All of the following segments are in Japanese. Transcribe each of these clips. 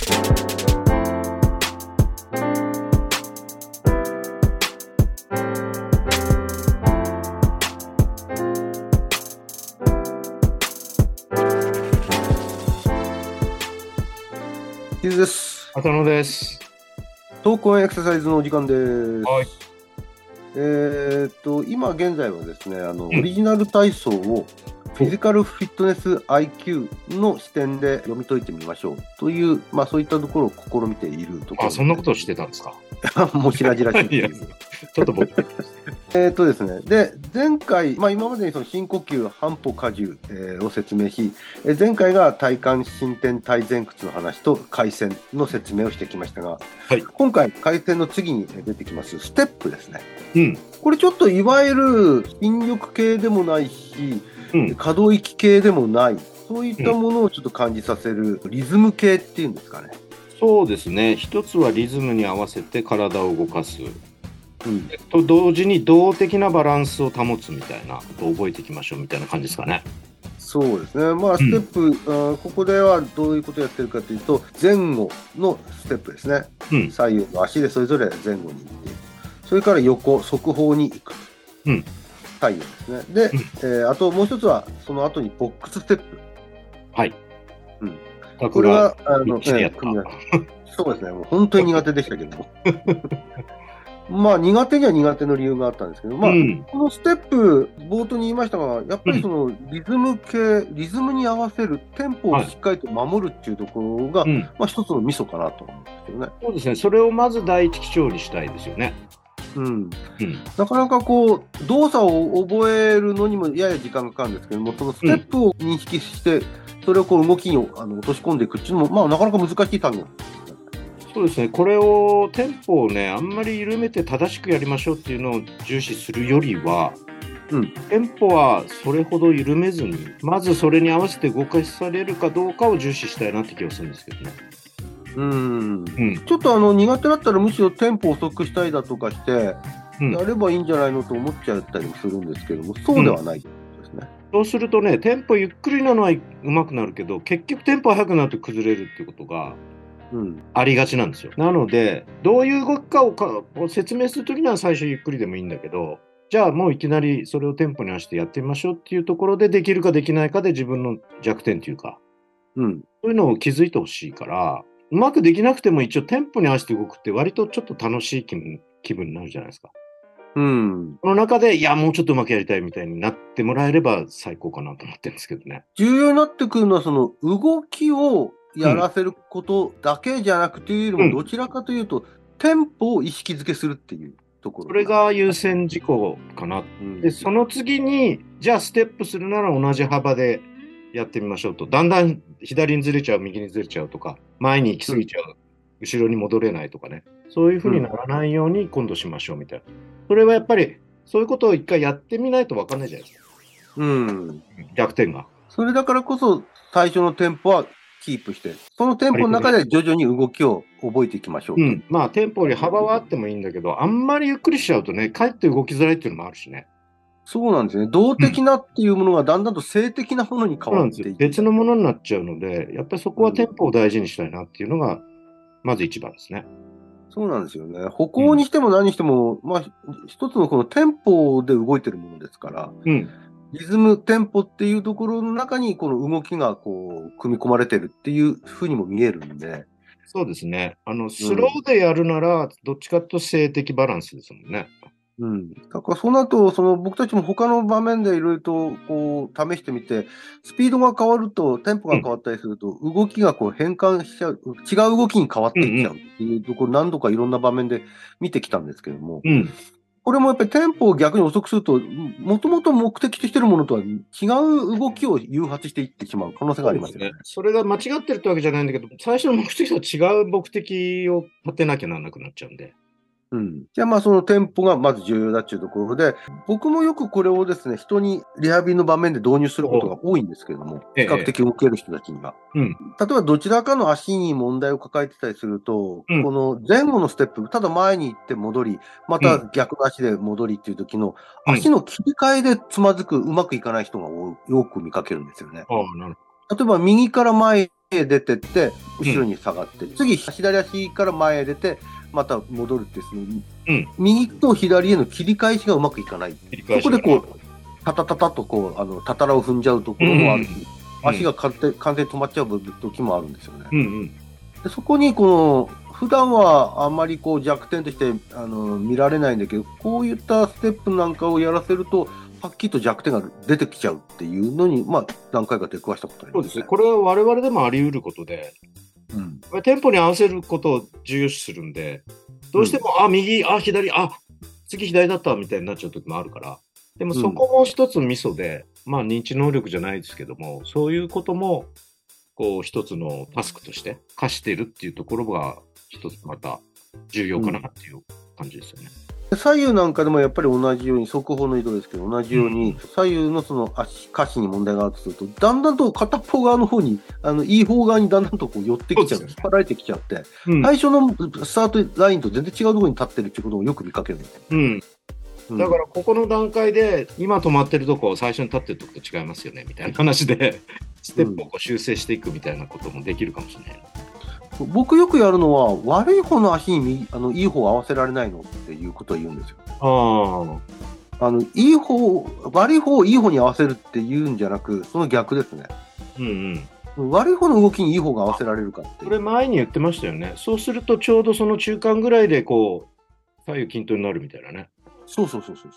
ゆずです。 浅野です。 トークオンエクササイズのお時間です。 はい。 今現在はですね、オリジナル体操をフィジカルフィットネス IQ の視点で読み解いてみましょうという、そういったところを試みているところ。 そんなことをしてたんですか。 もうしらじらしい。 いや、ちょっと僕。 ですね。で、前回、今までにその深呼吸、半歩荷重、を説明し、前回が体幹伸展体前屈の話と回旋の説明をしてきましたが、 はい、 今回、回旋の次に出てきますステップですね。 うん、 これちょっといわゆる筋力系でもないし、可動域系でもない、そういったものをちょっと感じさせるリズム系っていうんですかね。 そうですね。一つはリズムに合わせて体を動かす。と同時に動的なバランスを保つみたいなことを覚えていきましょうみたいな感じですかね。 そうですね。ステップ、ここではどういうことをやってるかというと、前後のステップですね。左右の足でそれぞれ前後に行っていく。それから横、側方に行く。左右ですね。で、あともう一つは、その後にボックスステップ。 はい。 これは、そうですね。もう本当に苦手でしたけども。苦手には苦手の理由があったんですけど、このステップ、冒頭に言いましたが、やっぱりそのリズム系、リズムに合わせる、テンポをしっかりと守るっていうところが、一つのミソかなと思うんですけどね。 そうですね。それをまず第一基調にしたいですよね。 なかなか動作を覚えるのにもやや時間がかかるんですけども、そのステップを認識して、それを動きに落とし込んでいくっていうのも、なかなか難しい作業。 そうですね。これをテンポをね、あんまり緩めて正しくやりましょうっていうのを重視するよりは、テンポはそれほど緩めずに、まずそれに合わせて動かされるかどうかを重視したいなって気がするんですけどね。 ちょっと苦手だったらむしろテンポ遅くしたいだとかして、やればいいんじゃないのと思っちゃったりもするんですけども、そうではないですね。 そうするとね、テンポゆっくりなのはうまくなるけど、結局テンポ速くなると崩れるっていうことがありがちなんですよ。なので、どういう動きかを説明するときには最初ゆっくりでもいいんだけど、じゃあもういきなりそれをテンポに合わせてやってみましょうっていうところで、できるかできないかで自分の弱点というか、そういうのを気づいてほしいから、うまくできなくても一応テンポに合わせて動くって割とちょっと楽しい気分になるじゃないですか。この中で、いや、もうちょっとうまくやりたいみたいになってもらえれば最高かなと思ってるんですけどね。 重要になってくるのは、その動きをやらせることだけじゃなくていうよりも、どちらかというと、テンポを意識づけするっていうところ。 それが優先事項かな。で、その次に、じゃあステップするなら同じ幅でやってみましょうと。だんだん左にずれちゃう、右にずれちゃうとか、前に行き過ぎちゃう、後ろに戻れないとかね。そういうふうにならないように今度しましょうみたいな。それはやっぱり、そういうことを一回やってみないと分かんないじゃないですか。弱点が。 それだからこそ、最初のテンポはキープして、そのテンポの中で徐々に動きを覚えていきましょう。 テンポより幅はあってもいいんだけど、あんまりゆっくりしちゃうとね、かえって動きづらいっていうのもあるしね。 そうなんですね。動的なっていうものがだんだんと静的なものに変わっていく。 別のものになっちゃうので、やっぱりそこはテンポを大事にしたいなっていうのが、まず一番ですね。 そうなんですよね。歩行にしても何にしても、一つのこのテンポで動いてるものですから、リズム、テンポっていうところの中にこの動きが組み込まれてるっていうふうにも見えるんで。 そうですね。スローでやるなら、どっちかというと静的バランスですもんね。 だからその後、僕たちも他の場面でいろいろと試してみて、スピードが変わると、テンポが変わったりすると、動きが変換しちゃう、違う動きに変わっていっちゃうっていうところ、何度かいろんな場面で見てきたんですけども、これもやっぱりテンポを逆に遅くすると、もともと目的としているものとは違う動きを誘発していってしまう可能性がありますよね。 それが間違ってるってわけじゃないんだけど、最初の目的とは違う目的を立てなきゃならなくなっちゃうんで。 じゃあそのテンポがまず重要だっていうところで、僕もよくこれをですね、人にリハビリの場面で導入することが多いんですけれども、比較的動ける人たちには。例えばどちらかの足に問題を抱えてたりすると、この前後のステップ、ただ前に行って戻り、また逆の足で戻りっていう時の、足の切り替えでつまずく、うまくいかない人がよく見かけるんですよね。例えば右から前へ出てって、後ろに下がって、次、左足から前へ出て、また戻るってですね、右と左への切り返しがうまくいかない。そこでこう、タタタタとこう、たたらを踏んじゃうところもあるし、足が完全に止まっちゃう時もあるんですよね。でそこにこの普段はあんまりこう弱点として見られないんだけど、こういったステップなんかをやらせると、はっきりと弱点が出てきちゃうっていうのに、まあ、何回か出くわしたことありますね。 そうですね。これは我々でもあり得ることで、テンポに合わせることを重要視するんで、どうしても、右、左、次左だったみたいになっちゃう時もあるから、でもそこも一つミソで、まあ認知能力じゃないですけども、そういうことも、こう一つのタスクとして課してるっていうところが、一つまた重要かなっていう感じですよね。 左右なんかでもやっぱり同じように、側方の移動ですけど、同じように、左右のその下肢に問題があるとすると、だんだんと片方側の方に、いい方側にだんだんとこう寄ってきちゃう、引っ張られてきちゃって、最初のスタートラインと全然違うところに立ってるっていうこともよく見かけるんですよ。 だからここの段階で今止まってるとこ最初に立ってるとこと違いますよねみたいな話でステップをこう修正していくみたいなこともできるかもしれない。 僕よくやるのは悪い方の足にいい方を合わせられないのっていうことを言うんですよ。いい方、悪い方をいい方に合わせるって言うんじゃなく、その逆ですね。悪い方の動きにいい方が合わせられるかって。 これ前に言ってましたよね。そうするとちょうどその中間ぐらいでこう左右均等になるみたいなね。 そう。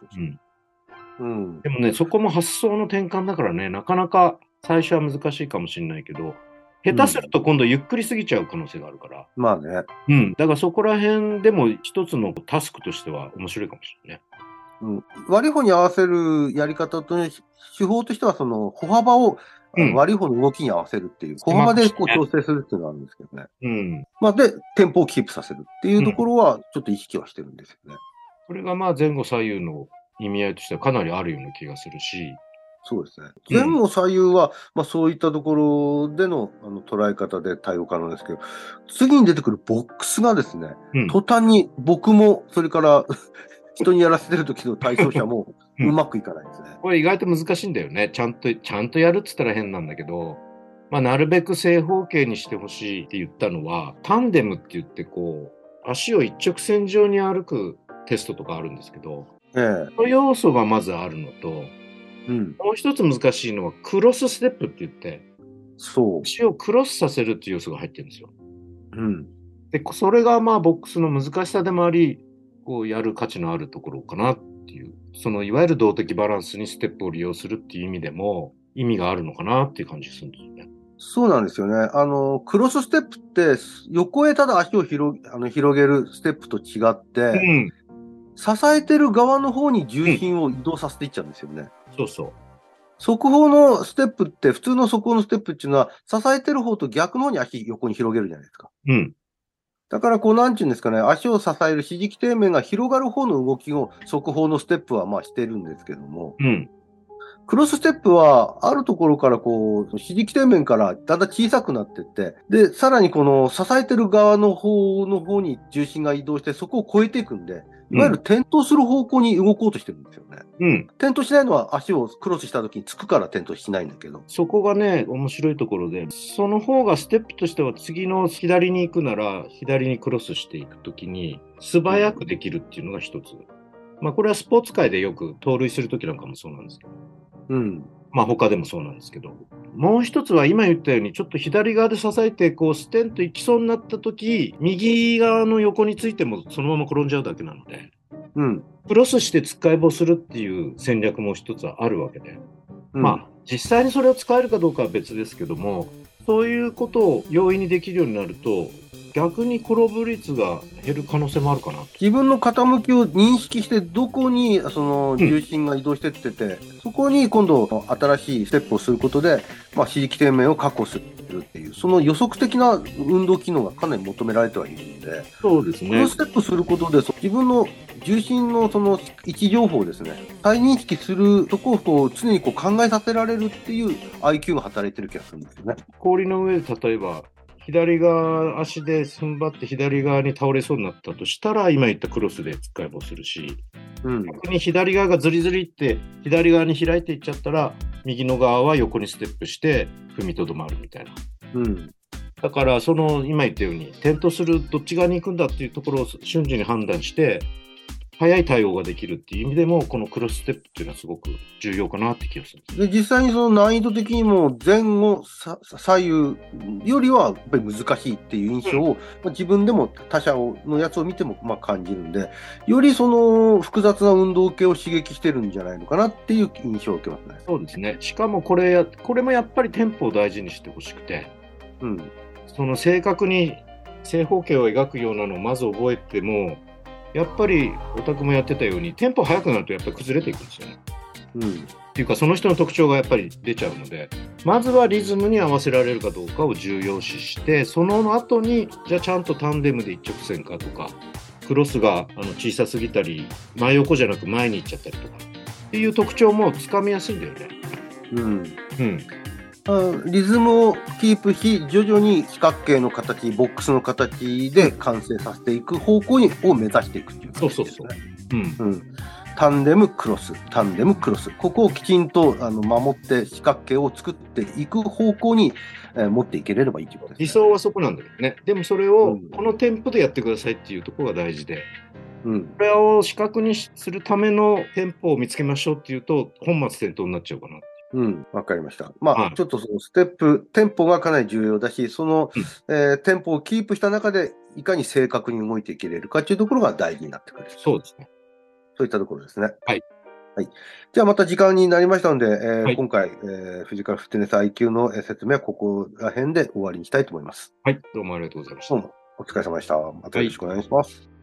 でもね、そこも発想の転換だからね、なかなか最初は難しいかもしれないけど、下手すると今度ゆっくりすぎちゃう可能性があるから。 まあね。 だからそこら辺でも一つのタスクとしては面白いかもしれないね。悪い方に合わせるやり方と、ね、手法としてはその歩幅を悪い方の動きに合わせるっていう、歩幅でこう調整するっていうのがあるんですけどね。まあで、テンポをキープさせるっていうところはちょっと意識はしてるんですよね。 これがまあ前後左右の意味合いとしてはかなりあるような気がするし。 そうですね。前後左右は、まあそういったところでの捉え方で対応可能ですけど、次に出てくるボックスがですね、途端に僕も、それから人にやらせてる時の対象者もうまくいかないですね。 これ意外と難しいんだよね。ちゃんとやるって言ったら変なんだけど、まあなるべく正方形にしてほしいって言ったのは、タンデムって言ってこう、足を一直線上に歩くテストとかあるんですけど、その要素がまずあるのと、もう一つ難しいのはクロスステップって言って、足をクロスさせるっていう要素が入ってるんですよ。で、それがまあボックスの難しさでもあり、こうやる価値のあるところかなっていう、そのいわゆる動的バランスにステップを利用するっていう意味でも意味があるのかなっていう感じがするんですよね。 そうなんですよね。クロスステップって横へただ足を広げるステップと違って、支えてる側の方に重心を移動させていっちゃうんですよね。側方のステップって、普通の側方のステップっていうのは、支えてる方と逆の方に足横に広げるじゃないですか。だから、こう、なんていうんですかね、足を支える支持基底面が広がる方の動きを側方のステップはまあしてるんですけども、クロスステップは、あるところからこう、支持基底面からだんだん小さくなっていって、で、さらにこの支えてる側の方に重心が移動して、そこを超えていくんで、いわゆる転倒する方向に動こうとしてるんですよね。転倒しないのは足をクロスした時につくから転倒しないんだけど。 そこがね、面白いところで、その方がステップとしては次の左に行くなら、左にクロスしていくときに素早くできるっていうのが一つ。まあこれはスポーツ界でよく盗塁するときなんかもそうなんですけど。まあ他でもそうなんですけど。もう一つは今言ったように、ちょっと左側で支えて、こうステンと行きそうになったとき、右側の横についてもそのまま転んじゃうだけなので、クロスして突っかえ棒するっていう戦略も一つはあるわけで、まあ実際にそれを使えるかどうかは別ですけども、そういうことを容易にできるようになると、逆に転ぶ率が減る可能性もあるかな。 自分の傾きを認識して、どこにその重心が移動してってて、そこに今度新しいステップをすることで、まあ、支持基底面を確保するっていう、その予測的な運動機能がかなり求められてはいるので、 そうですね。 このステップすることで、自分の重心のその位置情報をですね、再認識するとこをこう常にこう考えさせられるっていう IQ が働いてる気がするんですよね。 氷の上で例えば、左側足で踏ん張って左側に倒れそうになったとしたら、今言ったクロスで突っかえ棒するし、逆に左側がズリズリって左側に開いていっちゃったら、右の側は横にステップして踏みとどまるみたいな。 だから、今言ったように、点とするどっち側に行くんだっていうところを瞬時に判断して、早い対応ができるっていう意味でも、このクロスステップっていうのはすごく重要かなって気がするんです。 で、実際にその難易度的にも前後、左右よりはやっぱり難しいっていう印象を、自分でも他者のやつを見ても感じるんで、よりその複雑な運動系を刺激してるんじゃないのかなっていう印象を受けますね。 そうですね。しかもこれもやっぱりテンポを大事にしてほしくて、正確に正方形を描くようなのをまず覚えても、やっぱりオタクもやってたようにテンポ速くなるとやっぱり崩れていくんですよね。っていうかその人の特徴がやっぱり出ちゃうので、まずはリズムに合わせられるかどうかを重要視して、その後にじゃあちゃんとタンデムで一直線かとか、クロスが小さすぎたり真横じゃなく前に行っちゃったりとかっていう特徴もつかみやすいんだよね。 リズムをキープし、徐々に四角形の形、ボックスの形で完成させていく方向を目指していくっていう感じですね。タンデムクロス、タンデムクロス。ここをきちんと守って四角形を作っていく方向に、持っていければいいということです、ね。 理想はそこなんだよね。でもそれをこのテンポでやってくださいっていうところが大事で。これを四角にするためのテンポを見つけましょうっていうと、本末転倒になっちゃうかな。 わかりました。ちょっとそのテンポがかなり重要だし、テンポをキープした中で、いかに正確に動いていけれるかというところが大事になってくる。 そうですね。 そういったところですね。 はい。 じゃあまた時間になりましたので、今回、フィジカルフィットネス IQ の説明はここら辺で終わりにしたいと思います。 はい。どうもありがとうございました。 どうもお疲れ様でした。またよろしくお願いします。